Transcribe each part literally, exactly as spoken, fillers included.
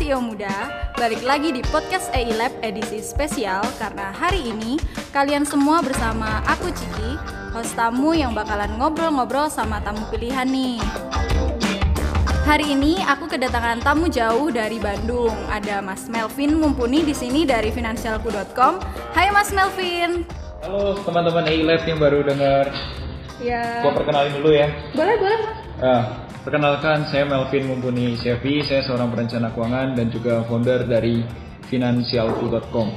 C E O Muda, balik lagi di podcast A I Lab edisi spesial karena hari ini kalian semua bersama aku Ciki, host tamu yang bakalan ngobrol-ngobrol sama tamu pilihan nih. Hari ini aku kedatangan tamu jauh dari Bandung. Ada Mas Melvin Mumpuni di sini dari finansialku dot com. Hai Mas Melvin. Halo teman-teman A I Lab yang baru dengar. Ya. Gua perkenalin dulu ya. Boleh, boleh. Nah, perkenalkan saya Melvin Mumpuni Sevi. Saya seorang perencana keuangan dan juga founder dari finansialku dot com.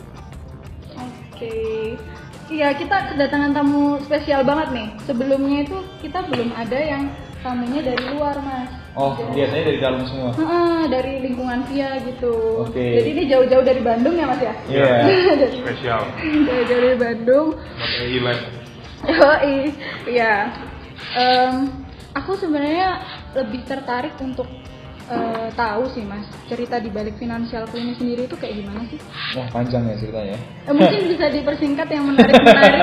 Oke. Iya, kita kedatangan tamu spesial banget nih. Sebelumnya itu kita belum ada yang tamunya dari luar, Mas. Oh, Jadi, biasanya dari dalam semua. Uh, dari lingkungan via gitu. Oke. Jadi ini jauh-jauh dari Bandung ya, Mas ya? Iya. Yeah. Spesial. Jauh-jauh dari Bandung. Pakai A I Lab. Oh iya. Um, aku sebenarnya lebih tertarik untuk uh, tahu sih, Mas, cerita di balik finansialku ini sendiri itu kayak gimana sih? Wah, panjang ya ceritanya. Eh, mungkin bisa dipersingkat yang menarik-menarik.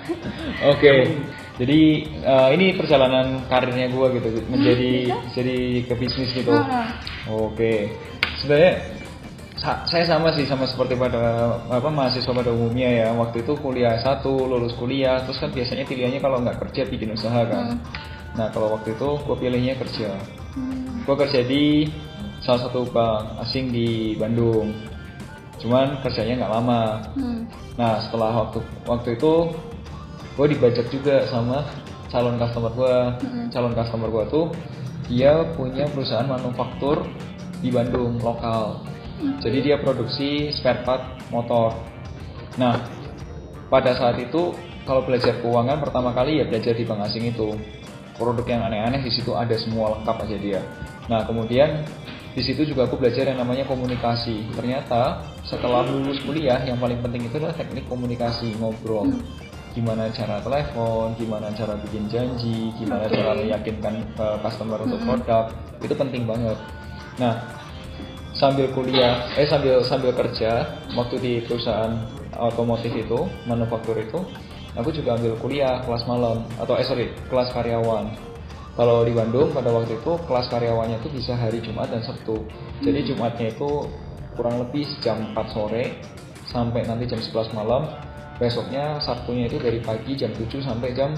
Oke. Jadi uh, ini perjalanan karirnya gue gitu, menjadi hmm, jadi ke bisnis gitu. Uh-huh. Oke. Sebenarnya sa- saya sama sih sama seperti pada apa mahasiswa pada umumnya ya. Waktu itu kuliah satu, lulus kuliah, terus kan biasanya pilihannya kalau nggak kerja bikin usaha kan. Hmm. Nah kalau waktu itu gue pilihnya kerja. Hmm. Gue kerja di salah satu bank asing di Bandung. Cuman kerjanya nggak lama. Hmm. Nah setelah waktu waktu itu gue dibajak juga sama calon customer gue. Mm-hmm. Calon customer gue tuh dia punya perusahaan manufaktur di Bandung lokal. Mm-hmm. Jadi dia produksi spare part motor. Nah pada saat itu kalau belajar keuangan pertama kali ya belajar di bank asing itu. Produk yang aneh-aneh di situ ada semua lengkap aja dia. Nah kemudian di situ juga aku belajar yang namanya komunikasi. Ternyata setelah lulus kuliah yang paling penting itu adalah teknik komunikasi, ngobrol. Mm-hmm. Gimana cara telepon, gimana cara bikin janji, gimana okay. cara meyakinkan uh, customer untuk mm-hmm. produk, itu penting banget. Nah, sambil kuliah, eh sambil sambil kerja, waktu di perusahaan otomotif itu, manufaktur itu, aku juga ambil kuliah kelas malam atau eh sorry kelas karyawan. Kalau di Bandung pada waktu itu kelas karyawannya itu bisa hari Jumat dan Sabtu. Jadi mm-hmm. Jumatnya itu kurang lebih jam empat sore sampai nanti jam sebelas malam. Besoknya Sabtunya itu dari pagi jam tujuh sampai jam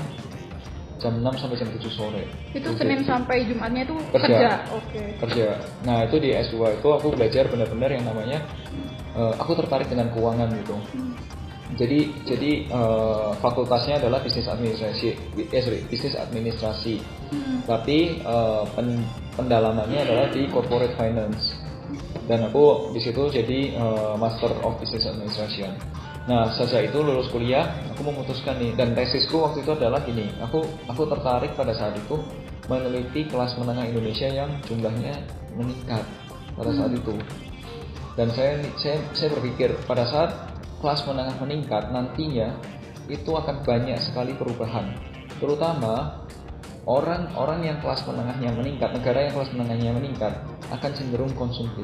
jam enam sampai jam tujuh sore. Itu Senin sampai Jumatnya itu kerja. Kerja. Oke. Okay. Kerja. Nah, itu di S dua itu aku belajar benar-benar yang namanya uh, aku tertarik dengan keuangan gitu. Hmm. Jadi jadi uh, fakultasnya adalah bisnis administrasi, eh sorry, bisnis administrasi. Hmm. Tapi uh, pen, pendalamannya adalah di corporate finance. Dan aku di situ jadi uh, Master of Business Administration. Nah, sejak itu lulus kuliah, aku memutuskan nih, dan tesisku waktu itu adalah gini, aku aku tertarik pada saat itu meneliti kelas menengah Indonesia yang jumlahnya meningkat pada saat itu. Dan saya saya saya berpikir pada saat kelas menengah meningkat nantinya itu akan banyak sekali perubahan, terutama orang-orang yang kelas menengahnya meningkat, negara yang kelas menengahnya meningkat akan cenderung konsumtif,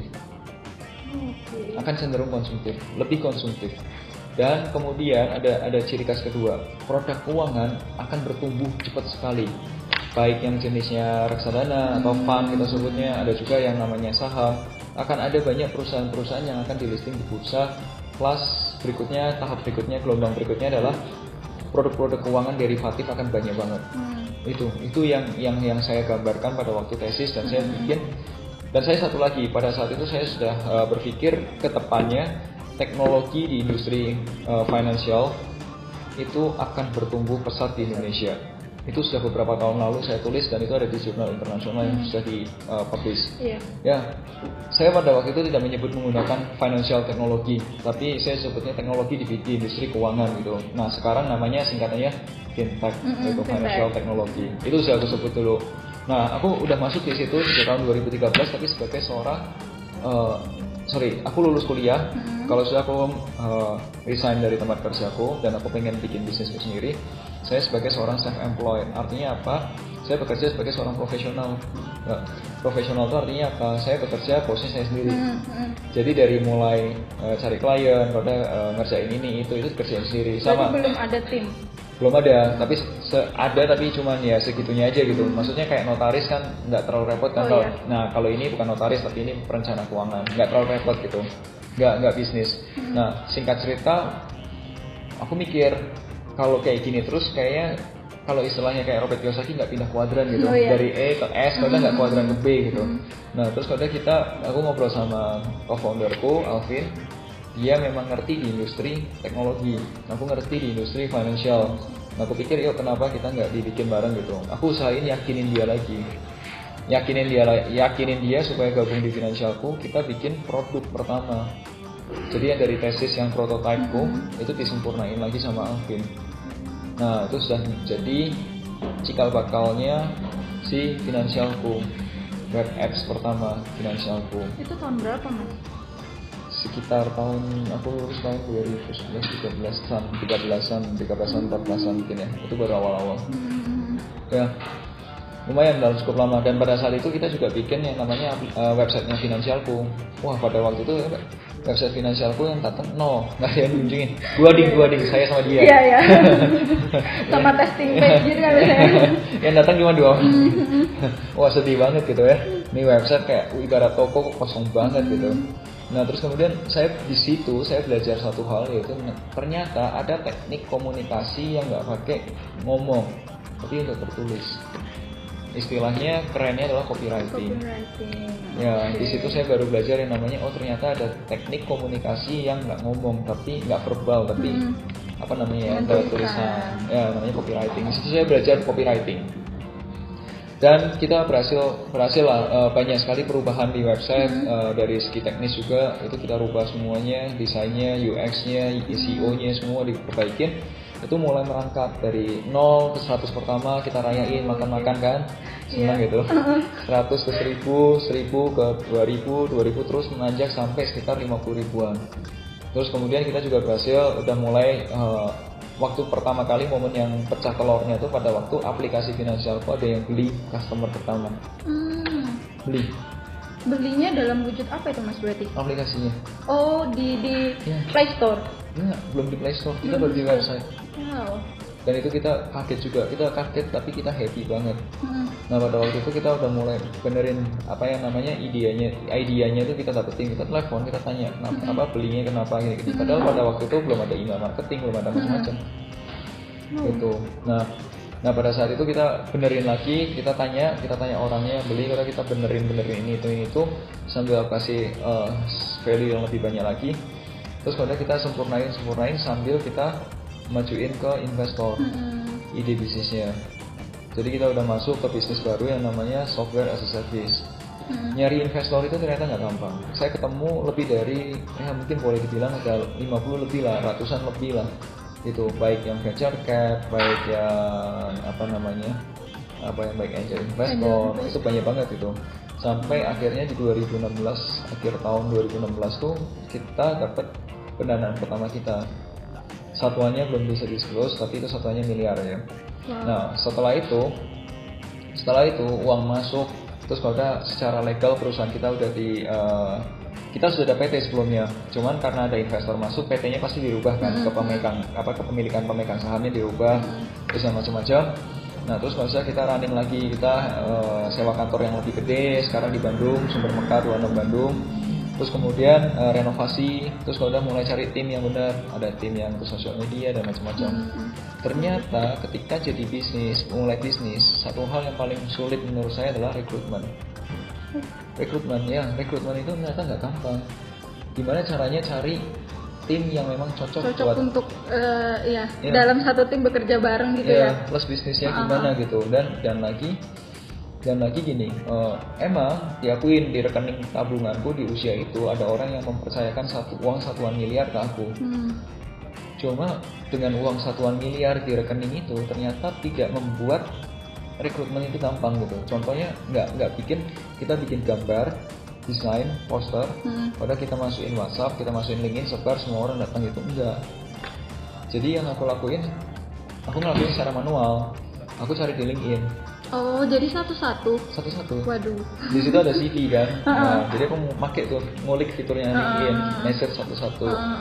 akan cenderung konsumtif, lebih konsumtif. Dan kemudian ada ada ciri khas kedua, produk keuangan akan bertumbuh cepat sekali. Baik yang jenisnya reksadana atau fund kita sebutnya, ada juga yang namanya saham. Akan ada banyak perusahaan-perusahaan yang akan dilisting di bursa. Plus berikutnya, tahap berikutnya, gelombang berikutnya adalah produk-produk keuangan derivatif akan banyak banget. Hmm. Itu itu yang yang yang saya gambarkan pada waktu tesis dan saya bikin. Dan saya satu lagi, pada saat itu saya sudah uh, berpikir ke depannya teknologi di industri uh, finansial itu akan bertumbuh pesat di Indonesia. Itu sudah beberapa tahun lalu saya tulis dan itu ada di jurnal internasional yang sudah di uh, publish. Yeah. Ya, saya pada waktu itu tidak menyebut menggunakan financial technology, tapi saya sebutnya teknologi di, di industri keuangan gitu. Nah sekarang namanya singkatannya fintech, mm-hmm, yaitu financial technology. Itu sudah aku sebut dulu. Nah aku udah masuk di situ sejak tahun dua ribu tiga belas, tapi sebagai seorang uh, sorry, aku lulus kuliah. Mm-hmm. Kalau sudah aku uh, resign dari tempat kerjaku dan aku pengen bikin bisnisku sendiri, saya sebagai seorang self-employed. Artinya apa? Saya bekerja sebagai seorang profesional. Nah, profesional itu artinya apa? Saya bekerja bosnya saya sendiri. Mm-hmm. Jadi dari mulai uh, cari klien, pada uh, ngerjain ini itu itu kerjain sendiri. Sama. Berarti belum ada tim. Belum ada, tapi Se- ada tapi cuman ya segitunya aja gitu. Maksudnya kayak notaris kan nggak terlalu repot kan. Oh, kalau iya. Nah kalau ini bukan notaris tapi ini perencana keuangan, nggak terlalu repot gitu, nggak nggak bisnis. Hmm. Nah singkat cerita, aku mikir kalau kayak gini terus kayaknya kalau istilahnya kayak Robert Kiyosaki nggak pindah kuadran gitu, Oh, iya. dari E ke S, kalau nggak kuadran ke B gitu. Hmm. Nah terus kalau kita, aku ngobrol sama co-founderku Alvin, dia memang ngerti di industri teknologi, aku ngerti di industri financial. Nah, aku pikir yuk kenapa kita nggak dibikin bareng gitu. Aku usahain yakinin dia lagi, yakinin dia, yakinin dia supaya gabung di Finansialku. Kita bikin produk pertama. Jadi yang dari tesis yang prototipeku itu disempurnain lagi sama Alvin. Nah itu sudah jadi cikal bakalnya si Finansialku, web apps pertama Finansialku. Itu tahun berapa mas? Sekitar tahun, aku lulus tahun dua ribu sebelas, tiga belasan, tiga belasan, tiga belasan, empat belasan mungkin ya. Itu baru awal-awal. Hmm. Ya, lumayan dalam cukup lama. Dan pada saat itu kita juga bikin yang namanya uh, websitenya Finansialku. Wah pada waktu itu website Finansialku yang datang nol, nggak ada yang kunjungin. Dua ding, dua ding, saya sama dia. Iya ya. Sama testing page gitu kan biasanya. Yang datang cuma dua. Wah sedih banget gitu ya. Ini website kayak ibarat toko kosong banget gitu. Nah terus kemudian saya di situ saya belajar satu hal, yaitu ternyata ada teknik komunikasi yang nggak pakai ngomong tapi untuk tertulis. Istilahnya kerennya adalah copywriting. Copywriting. Ya Oke. di situ saya baru belajar yang namanya oh ternyata ada teknik komunikasi yang nggak ngomong tapi nggak verbal tapi Hmm. apa namanya ya Dengan lewat tulisan. tulisan. Ya namanya copywriting. Di situ saya belajar copywriting. Dan kita berhasil berhasil lah uh, banyak sekali perubahan di website. Hmm. Uh, dari segi teknis juga itu kita rubah semuanya, desainnya, U X-nya, S E O-nya semua diperbaikin. Itu mulai merangkak dari nol ke seratus pertama kita rayain makan-makan kan, senang Iya. gitu. seratus ke seribu, seribu ke dua ribu, dua ribu terus menanjak sampai sekitar lima puluh ribuan. Terus kemudian kita juga berhasil udah mulai uh, waktu pertama kali momen yang pecah telurnya itu pada waktu aplikasi Finansialku ada yang beli customer pertama. Hmm. Beli Belinya dalam wujud apa itu mas berarti? aplikasinya. Oh di di Iya. Play Store. Enggak, belum di Play Store, kita Belum baru di di website. Wow. Dan itu kita kaget juga, kita kaget tapi kita happy banget. Hmm. Nah pada waktu itu kita udah mulai benerin apa yang namanya idenya, idenya itu kita dapetin, kita telepon, kita tanya kenapa, apa belinya kenapa gini-gini. Padahal pada waktu itu belum ada email marketing, belum ada macam-macam. Gitu. Nah, nah pada saat itu kita benerin lagi, kita tanya, kita tanya orangnya yang beli, kita kita benerin benerin ini itu ini itu sambil kasih uh, value yang lebih banyak lagi. Terus kemudian kita sempurnain sempurnain sambil kita majuin ke investor Hmm. ide bisnisnya. Jadi kita udah masuk ke bisnis baru yang namanya software as a service. Hmm. Nyari investor itu ternyata nggak gampang. Saya ketemu lebih dari, ya mungkin boleh dibilang ada lima puluh lebih lah, ratusan lebih lah. Itu baik yang venture cap, baik yang apa namanya, apa yang baik angel investor, Angel itu banyak banget itu. Sampai akhirnya di dua ribu enam belas, akhir tahun dua ribu enam belas tuh kita dapat pendanaan pertama kita. Satuannya belum bisa disclose, tapi itu satuannya miliar ya. Wow. Nah setelah itu, setelah itu uang masuk, terus kalau udah secara legal perusahaan kita udah di, uh, kita sudah ada P T sebelumnya, cuman karena ada investor masuk, P T-nya pasti dirubah kan, ke pemegang, apa kepemilikan pemegang sahamnya dirubah, terus yang macam-macam. Nah terus masa kita running lagi, kita uh, sewa kantor yang lebih gede, sekarang di Bandung, Sumber Mekar, dua puluh enam Bandung. Terus kemudian uh, renovasi, terus kalau udah mulai cari tim yang benar, ada tim yang ke sosial media dan macam-macam. Ternyata ketika jadi bisnis, mulai bisnis, satu hal yang paling sulit menurut saya adalah rekrutmen. Rekrutmen ya, rekrutmen itu ternyata nggak gampang. Gimana caranya cari tim yang memang cocok, Cocok buat untuk eh, ya, Iya. dalam satu tim bekerja bareng gitu ya. ya, plus bisnisnya Ah. gimana gitu. Dan dan lagi dan lagi gini, eh, emang diakuin di rekening tabunganku di usia itu ada orang yang mempercayakan satu uang satuan miliar ke aku. Hmm. Cuma dengan uang satuan miliar di rekening itu ternyata tidak membuat rekrutmen itu gampang gitu. Contohnya nggak nggak bikin kita bikin gambar, desain, poster, Hmm. padahal kita masukin WhatsApp, kita masukin LinkedIn, sebar semua orang datang gitu, enggak. Jadi yang aku lakuin, aku ngelakuin secara manual. Aku cari di LinkedIn Oh jadi satu-satu. satu-satu. Waduh. Di situ ada C V kan. Nah, jadi aku mau pakai tuh ngulik fiturnya LinkedIn, message satu-satu. Ah, ah, ah.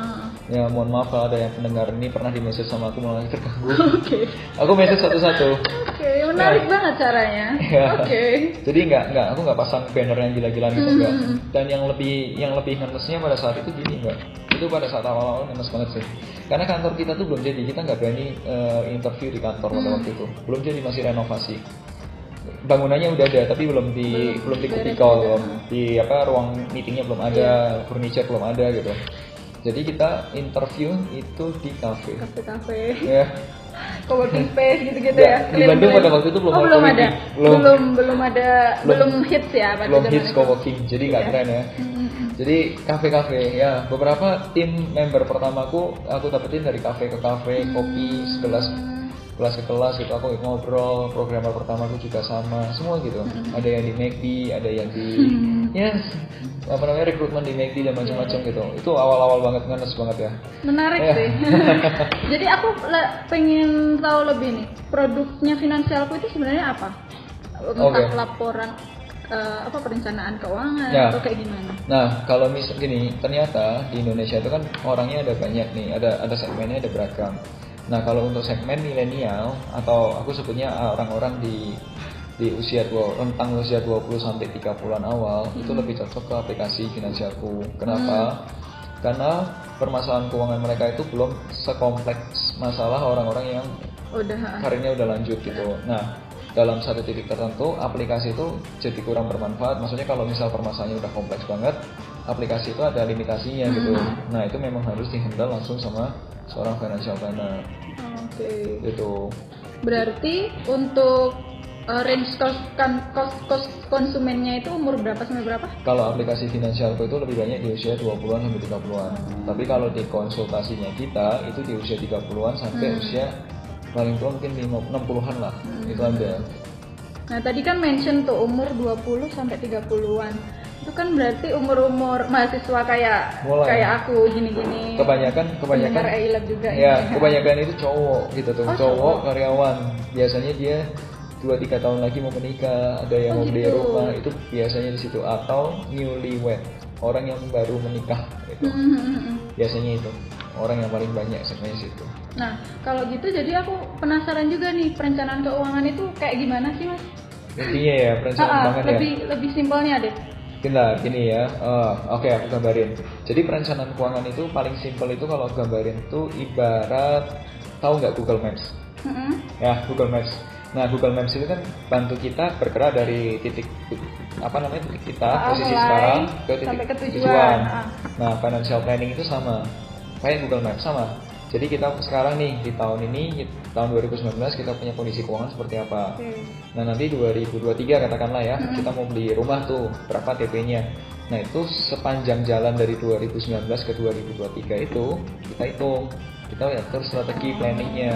Ya mohon maaf kalau ada yang pendengar ini pernah di message sama aku malah terganggu. Oke. Okay. Aku message satu-satu. Oke, okay, menarik ya. banget caranya. Ya. Oke. Okay. Jadi nggak nggak aku nggak pasang banner yang gila-gilaan gitu hmm. enggak. Dan yang lebih yang lebih ngenesnya pada saat itu gini enggak. Itu pada saat awal-awal ngenes banget sih. Karena kantor kita tuh belum jadi, kita nggak berani uh, interview di kantor pada hmm. waktu itu. Belum jadi, masih renovasi. Bangunannya udah ada tapi belum di belum, belum di kubikel, belum di apa ruang meetingnya belum ada, yeah. furniture belum ada gitu. Jadi kita interview itu di kafe. Kafe-kafe. Ya. Co-working space gitu-gitu ya. Di Bandung pada waktu itu belum oh, belum ada. Belum belum belum ada belum, belum hits ya pada belum hits co-working. Jadi nggak yeah. keren ya. Mm-hmm. Jadi kafe-kafe ya. Beberapa tim member pertamaku aku dapetin dari kafe ke kafe, mm-hmm. kopi segelas kelas ke kelas gitu, aku ngobrol. Programmer pertamaku juga sama, semua gitu. Mm-hmm. Ada yang di McD, ada yang di mm-hmm. ya apa namanya rekrutmen di McD dan macam-macam gitu. Itu awal-awal banget, ngenes banget ya. Menarik ya. sih. Jadi aku le- pengen tahu lebih nih, produknya finansialku itu sebenarnya apa? Entah okay. laporan uh, apa perencanaan keuangan ya. Atau kayak gimana? Nah kalau misal gini, ternyata di Indonesia itu kan orangnya ada banyak nih, ada ada segmennya, ada beragam. Nah kalau untuk segmen milenial atau aku sebutnya orang-orang di di usia dua, rentang usia dua puluh sampai tiga puluhan awal hmm. itu lebih cocok ke aplikasi finansialku. Kenapa? Hmm. Karena permasalahan keuangan mereka itu belum sekompleks masalah orang-orang yang udah karirnya udah lanjut gitu. Nah dalam satu titik tertentu aplikasi itu jadi kurang bermanfaat. Maksudnya kalau misal permasalahannya udah kompleks banget, aplikasi itu ada limitasinya hmm. gitu. Nah itu memang harus dihandle langsung sama seorang financial planner. Oke. Okay. Gitu. Berarti untuk uh, range cost, kan, cost, cost konsumennya itu umur berapa sampai berapa? Kalau aplikasi finansialku itu lebih banyak di usia dua puluhan sampai tiga puluhan. Hmm. Tapi kalau di konsultasinya kita itu di usia tiga puluhan sampai hmm. usia paling tua mungkin enam puluhan lah. Hmm. Itu ada. Nah, tadi kan mention tuh umur dua puluh sampai tiga puluhan. Itu kan berarti umur-umur mahasiswa kayak mulai. Kayak aku gini-gini. Kebanyakan kebanyakan E-lab juga ya, ini. Kebanyakan itu cowok gitu tuh. Oh, cowok cowok karyawan. Biasanya dia dua tiga tahun lagi mau menikah, ada yang oh, mau beli gitu. rumah, itu biasanya di situ, atau newlywed, orang yang baru menikah gitu. Mm-hmm. Biasanya itu orang yang paling banyak segmennya situ. Nah, kalau gitu jadi aku penasaran juga nih, perencanaan keuangan itu kayak gimana sih, Mas? Intinya ya, perencanaan keuangan ya. Lebih lebih simpelnya deh. Gila, gini ya. Oh, oke, okay, aku gambarin. Jadi perencanaan keuangan itu paling simpel itu kalau gambarin itu ibarat, tahu nggak Google Maps? Mm-hmm. Ya, Google Maps. Nah, Google Maps itu kan bantu kita bergerak dari titik apa namanya titik kita ah, posisi sekarang ke titik ke tujuan. tujuan. Ah. Nah, financial planning itu sama, kayak Google Maps sama. Jadi kita sekarang nih di tahun ini, tahun dua ribu sembilan belas kita punya kondisi keuangan seperti apa. Okay. Nah nanti dua ribu dua puluh tiga katakanlah ya, hmm. kita mau beli rumah tuh, berapa T P-nya. Nah itu sepanjang jalan dari dua ribu sembilan belas ke dua ribu dua puluh tiga itu kita hitung, kita atur strategi planningnya.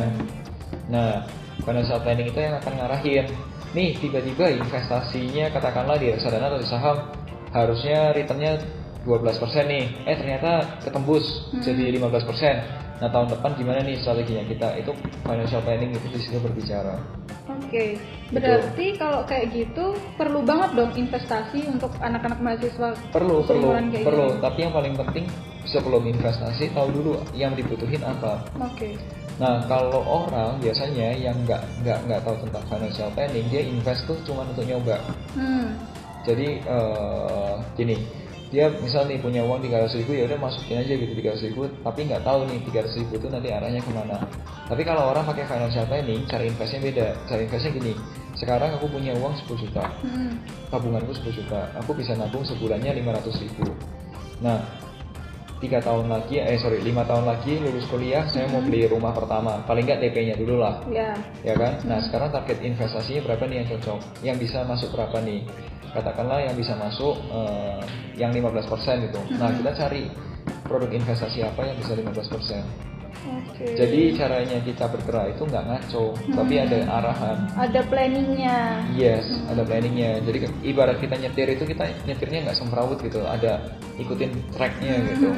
Nah financial planning itu yang akan ngarahin. Nih tiba-tiba investasinya katakanlah di reksadana atau di saham harusnya returnnya dua belas persen nih, eh ternyata ketembus hmm. jadi lima belas persen. Nah tahun depan gimana nih strateginya kita? Itu financial planning itu di situ berbicara. Oke, okay. Berarti gitu. Kalau kayak gitu perlu banget dong investasi untuk anak-anak mahasiswa. Perlu, perlu, perlu. Gini. Tapi yang paling penting sebelum investasi tahu dulu yang dibutuhin apa. Oke. Okay. Nah kalau orang biasanya yang nggak nggak nggak tahu tentang financial planning, dia invest tuh cuma untuk nyoba. Hmm. Jadi uh, gini. Dia misal nih punya uang tiga ratus ribu, ya udah masukin aja gitu tiga ratus ribu, tapi nggak tahu nih tiga ratus ribu itu nanti arahnya kemana. Tapi kalau orang pakai financial planning, cara investnya beda. Cara investnya gini, sekarang aku punya uang sepuluh juta, hmm. tabunganku sepuluh juta, aku bisa nabung sebulannya lima ratus ribu. Nah tiga tahun lagi, eh sorry lima tahun lagi lulus kuliah, saya mau beli rumah pertama, paling nggak D P-nya dulu lah, yeah. ya kan? Nah sekarang target investasinya berapa nih yang cocok, yang bisa masuk berapa nih? Katakanlah yang bisa masuk uh, yang lima belas persen gitu. Mm-hmm. Nah kita cari produk investasi apa yang bisa lima belas persen. Okay. Jadi caranya kita bergerak itu nggak ngaco, hmm. tapi ada arahan. Ada planningnya. Yes, hmm. ada planningnya. Jadi ibarat kita nyetir itu kita nyetirnya nggak semrawut gitu, ada ikutin tracknya hmm. gitu.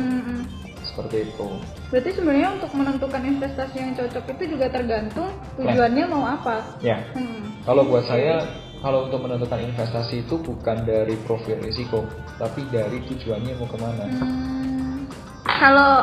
Seperti itu. Berarti sebenarnya untuk menentukan investasi yang cocok itu juga tergantung tujuannya mau apa. Ya. Hmm. Kalau buat saya, kalau untuk menentukan investasi itu bukan dari profil risiko, tapi dari tujuannya mau kemana. Hmm. Kalau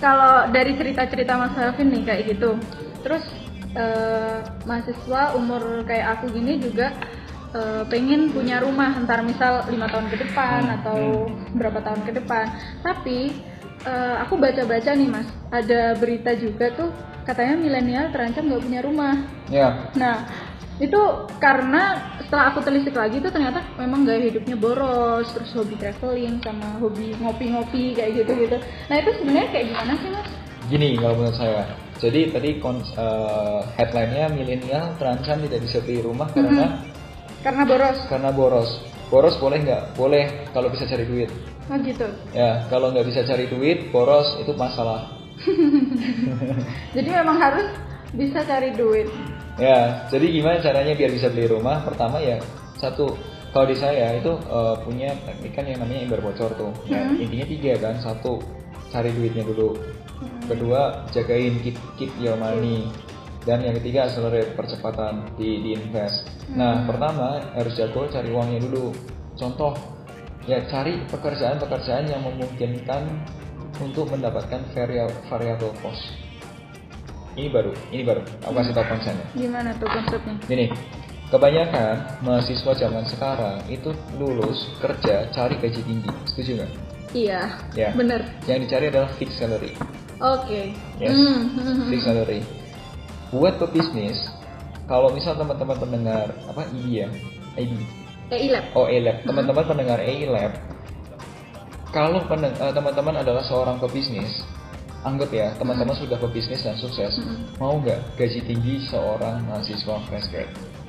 kalau dari cerita-cerita Mas Alvin nih kayak gitu, terus uh, mahasiswa umur kayak aku gini juga uh, pengen punya rumah ntar misal lima tahun ke depan hmm. atau hmm. berapa tahun ke depan. Tapi uh, aku baca-baca nih Mas, ada berita juga tuh katanya milenial terancam nggak punya rumah. Ya. Nah itu karena setelah aku telisik lagi tuh ternyata memang gaya hidupnya boros, terus hobi traveling sama hobi ngopi-ngopi kayak gitu-gitu. Nah itu sebenarnya kayak gimana sih Mas? Gini kalau menurut saya, jadi tadi uh, headline-nya milenial terancam tidak bisa beli rumah karena mm-hmm. karena boros. Karena boros. Boros boleh nggak? Boleh kalau bisa cari duit. Oh gitu. Ya kalau nggak bisa cari duit, boros itu masalah. Jadi memang harus bisa cari duit. Ya, jadi gimana caranya biar bisa beli rumah? Pertama ya, satu, kalau di saya itu uh, punya teknik kan yang namanya ember bocor tuh. Hmm. Ya, intinya tiga kan, satu, cari duitnya dulu. Hmm. Kedua, jagain keep, keep your money. Dan yang ketiga, accelerate percepatan di, di invest. Hmm. Nah, pertama harus jago cari uangnya dulu. Contoh, ya cari pekerjaan-pekerjaan yang memungkinkan untuk mendapatkan variable cost. Ini baru, ini baru. Aku kasih tau konsepnya. Gimana tuh konsepnya? Gini, kebanyakan mahasiswa zaman sekarang itu lulus kerja cari gaji tinggi, setuju nggak? Iya. Ya. Bener. Yang dicari adalah fixed salary. Oke. Okay. Yes. Mm. Fixed salary. Buat pebisnis, kalau misal teman-teman pendengar apa I B ya, I B. E I Lab. Oh E I Lab. Teman-teman pendengar E I Lab, kalau pendeng- uh, teman-teman adalah seorang pebisnis. Anggap ya, teman-teman hmm. sudah berbisnis dan sukses, hmm. mau nggak gaji tinggi seorang mahasiswa fresh grad?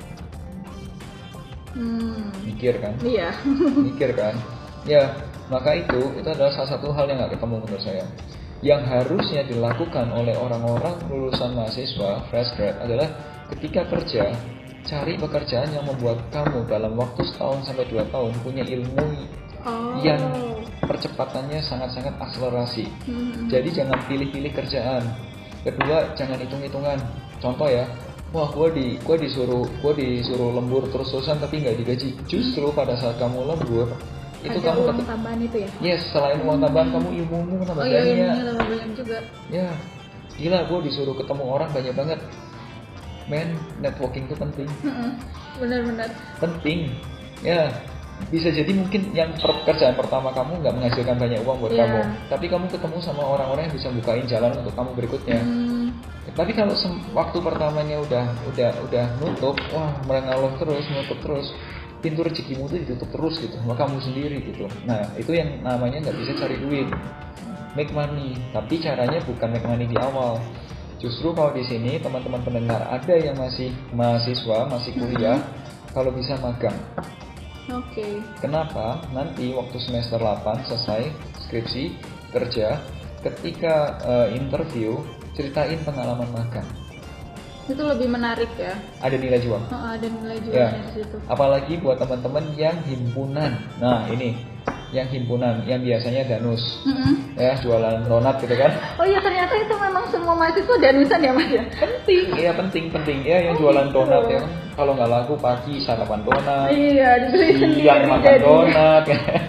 Hmm. Mikir kan? Iya. Mikir kan? Ya, maka itu itu adalah salah satu hal yang nggak ketemu menurut saya. Yang harusnya dilakukan oleh orang-orang lulusan mahasiswa fresh grad adalah ketika kerja, cari pekerjaan yang membuat kamu dalam waktu setahun sampai dua tahun punya ilmu oh. yang percepatannya sangat-sangat akselerasi. Hmm. Jadi jangan pilih-pilih kerjaan. Kedua, jangan hitung-hitungan. Contoh ya, wah gue di gue disuruh gue disuruh lembur terus-terusan tapi nggak digaji. Justru pada saat kamu lembur itu ada kamu uang dapat tambahan itu ya? Yes, selain uang tambahan hmm. kamu ilmumu tambah oh, banyak. Iya, iya, tambah banyak juga. Ya, gila gue disuruh ketemu orang banyak banget. Men, networking itu penting. Benar-benar. Penting. Ya. Bisa jadi mungkin yang pekerjaan pertama kamu nggak menghasilkan banyak uang buat yeah. kamu, tapi kamu ketemu sama orang-orang yang bisa bukain jalan untuk kamu berikutnya. Hmm. Tapi kalau sem- waktu pertamanya udah udah udah nutup, wah merengalung terus, nutup terus, pintu rezekimu tuh ditutup terus gitu, sama kamu sendiri gitu. Nah itu yang namanya nggak bisa cari duit, make money. Tapi caranya bukan make money di awal. Justru kalau di sini teman-teman pendengar ada yang masih mahasiswa, masih kuliah, hmm. kalau bisa magang. Oke. Okay. Kenapa? Nanti waktu semester delapan selesai skripsi, kerja, ketika uh, interview, ceritain pengalaman magang. Itu lebih menarik ya. Ada nilai jual. Oh, ada nilai jualnya ya. Di situ. Apalagi buat teman-teman yang himpunan. Nah, ini yang himpunan, yang biasanya danus, mm-hmm. ya jualan donat gitu kan? Oh iya ternyata itu memang semua mahasiswa danusan ya Mas ya? Penting, iya penting penting ya yang oh, jualan gitu. Donat ya. Kalau nggak laku pagi sarapan donat, iya, siang makan jadi. Donat,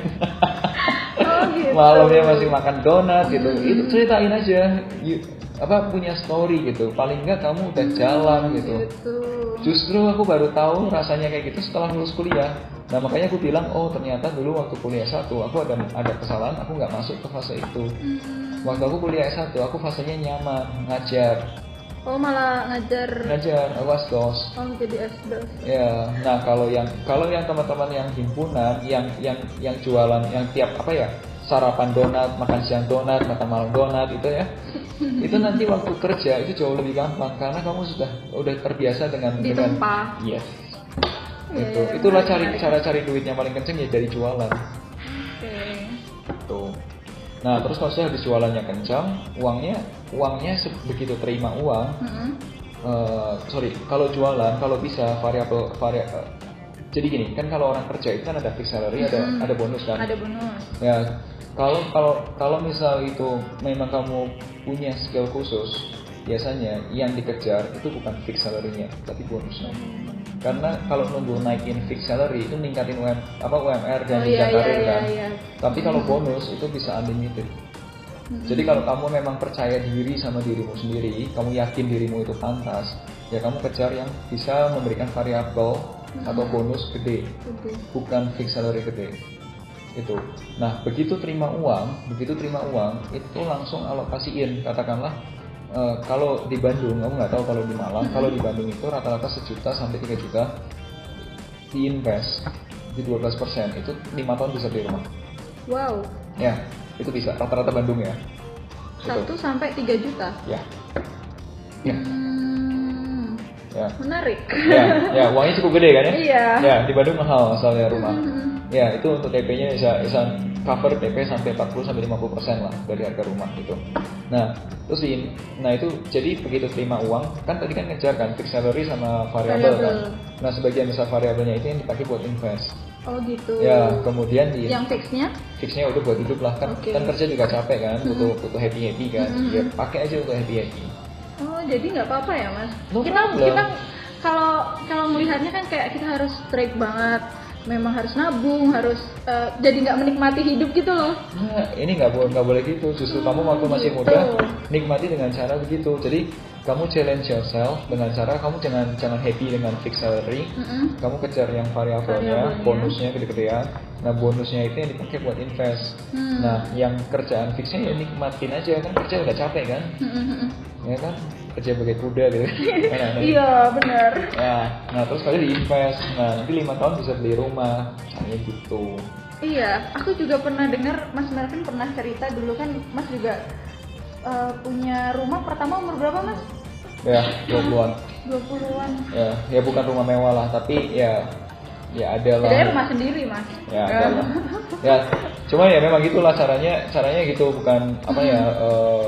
oh, gitu. malamnya masih makan donat gitu. Mm-hmm. Itu ceritain aja, you, apa punya story gitu. Paling nggak kamu udah jalan mm, gitu. gitu. Justru aku baru tahu rasanya kayak gitu setelah lulus kuliah. Nah makanya aku bilang, oh ternyata dulu waktu kuliah satu aku ada ada kesalahan, aku nggak masuk ke fase itu. Hmm. Waktu aku kuliah S satu aku fasenya nyaman, ngajar. Oh malah ngajar. Ngajar, aku asdos. Oh jadi asdos. Ya, nah kalau yang kalau yang teman-teman yang himpunan, yang yang yang jualan, yang tiap apa ya sarapan donat, makan siang donat, makan malam donat itu ya, itu nanti waktu kerja itu jauh lebih gampang karena kamu sudah udah terbiasa dengan di dengan. Tempat. Yes. Ya, itu ya, itulah menarik, cari menarik. cara cari duitnya paling kenceng ya dari jualan. Oke. Okay. Tuh. Nah terus kalau saya habis jualannya kencang, uangnya uangnya begitu terima uang, mm-hmm. uh, sorry kalau jualan kalau bisa variabel variabel. Jadi gini kan kalau orang kerja itu kan ada fixed salary, mm-hmm. ada ada bonus kan. Ada bonus. Ya kalau kalau kalau misal itu memang kamu punya skill khusus, biasanya yang dikejar itu bukan fixed salary-nya tapi bonusnya. Karena kalau nunggu naikin fixed salary itu ningkatin U M, apa U M R dan oh, jenjang iya, karir iya, kan. Iya, iya. Tapi kalau bonus itu bisa unlimited. Hmm. Jadi kalau kamu memang percaya diri sama dirimu sendiri, kamu yakin dirimu itu pantas, ya kamu kejar yang bisa memberikan variabel hmm. atau bonus gede, okay. bukan fix salary gede. Itu. Nah, begitu terima uang, begitu terima uang, itu langsung alokasiin. Katakanlah uh, kalau di Bandung, kamu nggak tahu kalau di Malang, hmm. kalau di Bandung itu rata-rata sejuta sampai tiga juta diinvest di dua belas persen, itu lima tahun bisa beli rumah. Wow. Ya, itu bisa rata-rata Bandung ya. Satu sampai tiga juta. Ya. Ya. Hmm. Ya. Menarik. Ya, ya, uangnya cukup gede kan ya? Iya. Ya, di Bandung mahal asalnya rumah. Hmm. Ya, itu untuk D P-nya bisa bisa cover D P sampai empat puluh sampai lima puluh persen lah dari harga rumah gitu. Nah, terus ini, nah itu jadi begitu terima uang, kan tadi kan ngejar kan fixed salary sama variabel kan. Nah, sebagian besar variabelnya itu yang dipakai buat invest. Oh gitu. Ya, kemudian di yang fixnya? Fixnya udah buat hidup lah kan. Okay. Kan kerja juga capek kan, butuh mm-hmm. butuh happy happy kan. Mm-hmm. Ya pakai aja untuk happy happy. Oh, jadi nggak apa-apa ya mas? No kita problem. kita kalau kalau melihatnya kan kayak kita harus strict banget. Memang harus nabung, harus uh, jadi nggak menikmati hidup gitu loh. Nah, ini nggak boleh nggak boleh gitu. Justru hmm, kamu waktu masih gitu. muda, nikmati dengan cara begitu. Jadi kamu challenge yourself dengan cara kamu jangan jangan happy dengan fixed salary. Mm-hmm. Kamu kejar yang variabelnya, bonusnya gede-gedean. Nah bonusnya itu yang dipakai buat invest. Hmm. Nah yang kerjaan fixnya ya nikmatin aja kan, kerja udah capek kan, mm-hmm. ya kan, kerja bagai kuda gitu. Iya benar. Ya, nah terus kali diinvest, nah nanti lima tahun bisa beli rumah, kayak gitu. Iya, aku juga pernah dengar Mas Melvin pernah cerita dulu kan, Mas juga uh, punya rumah pertama umur berapa Mas? Ya, dua puluhan. dua puluhan. Ya, ya bukan rumah mewah lah, tapi ya ya ada lah. Ada rumah sendiri Mas. Ya, ada lah. Ya, cuma ya memang gitulah caranya, caranya gitu, bukan apa ya. Uh,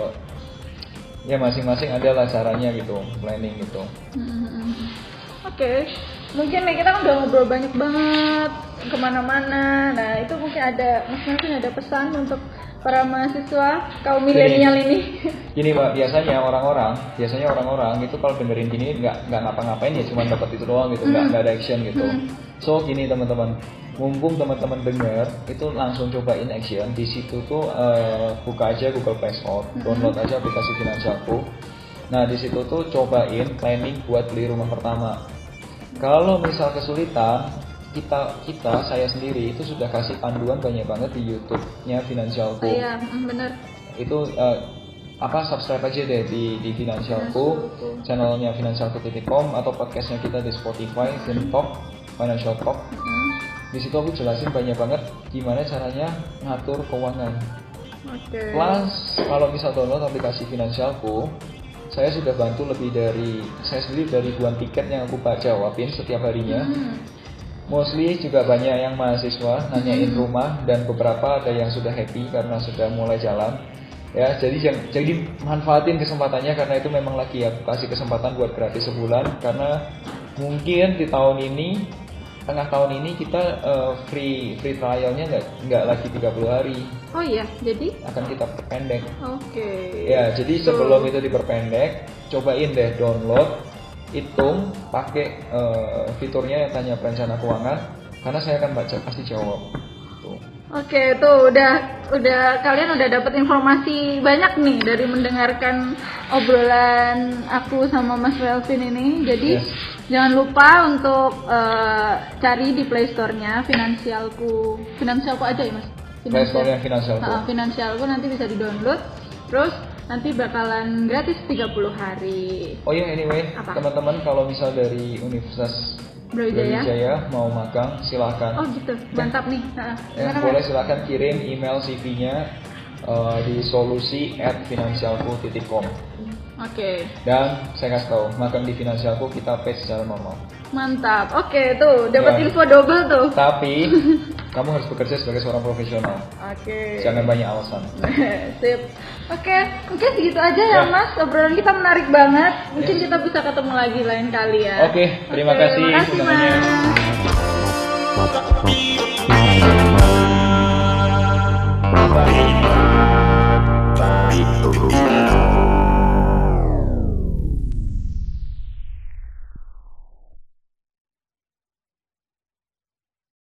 ya masing-masing adalah caranya gitu, planning gitu. Mm-hmm. Oke, okay. Mungkin nih kita kan udah ngobrol banyak banget kemana-mana. Nah itu mungkin ada, mungkin ada pesan untuk para mahasiswa kaum milenial ini. Gini mbak, biasanya orang-orang, biasanya orang-orang itu kalau dengerin gini nggak nggak ngapa-ngapain ya, cuma dapat itu doang gitu, nggak mm. nggak ada action gitu. Mm. So gini teman-teman. Mumpung teman-teman dengar, itu langsung cobain action. Di situ tuh uh, buka aja Google Play Store, download aja aplikasi Finansialku. Nah di situ tuh cobain planning buat beli rumah pertama. Kalau misal kesulitan, kita kita saya sendiri itu sudah kasih panduan banyak banget di YouTube-nya Finansialku. Oh, iya, benar. Itu uh, apa subscribe aja deh di di Finansialku, channelnya finansialku titik com atau podcastnya kita di Spotify, FinTalk, Financial Talk. Mm-hmm. Di situ aku jelasin banyak banget gimana caranya ngatur keuangan. Okay. Plus kalau misal download aplikasi Finansialku, saya sudah bantu lebih dari saya sendiri dari ribuan tiket yang aku baca jawabin setiap harinya. Hmm. Mostly juga banyak yang mahasiswa nanyain hmm. rumah dan beberapa ada yang sudah happy karena sudah mulai jalan. Ya, jadi jadi manfaatin kesempatannya karena itu memang lagi ya kasih kesempatan buat gratis sebulan karena mungkin di tahun ini tengah tahun ini kita uh, free free trialnya nggak nggak lagi tiga puluh hari. Oh iya, jadi akan kita perpendek. Oke. Okay. Ya, jadi sebelum so. itu diperpendek, cobain deh download, hitung, pakai uh, fiturnya yang tanya perencana keuangan, karena saya akan baca pasti jawab. Tuh. Oke, okay, tuh udah udah kalian udah dapat informasi banyak nih dari mendengarkan obrolan aku sama Mas Melvin ini. Jadi yes. Jangan lupa untuk uh, cari di Play Store-nya Finansialku. Finansialku aja ya Mas? Play Store-nya Finansialku. Nah, Finansialku nanti bisa di-download. Terus nanti bakalan gratis tiga puluh hari. Oh iya, anyway, apa? Teman-teman kalau misal dari Universitas Brawijaya. Brawijaya mau magang silahkan. Oh gitu, mantap nih. Nah, ya, boleh silahkan kirim email C V-nya uh, di solusi at finansialku titik com. Oke. Okay. Dan saya kasih tahu, magang di Finansialku kita pay secara normal. Mantap. Oke, okay, tuh dapat ya. Info double tuh. Tapi kamu harus bekerja sebagai seorang profesional. Oke. Okay. Jangan banyak alasan. Sip. Oke, okay. Mungkin segitu aja ya, ya Mas. Obrolan kita menarik banget. Mungkin yes. kita bisa ketemu lagi lain kali ya. Oke, okay. Terima okay, kasih. Terima kasih Mas.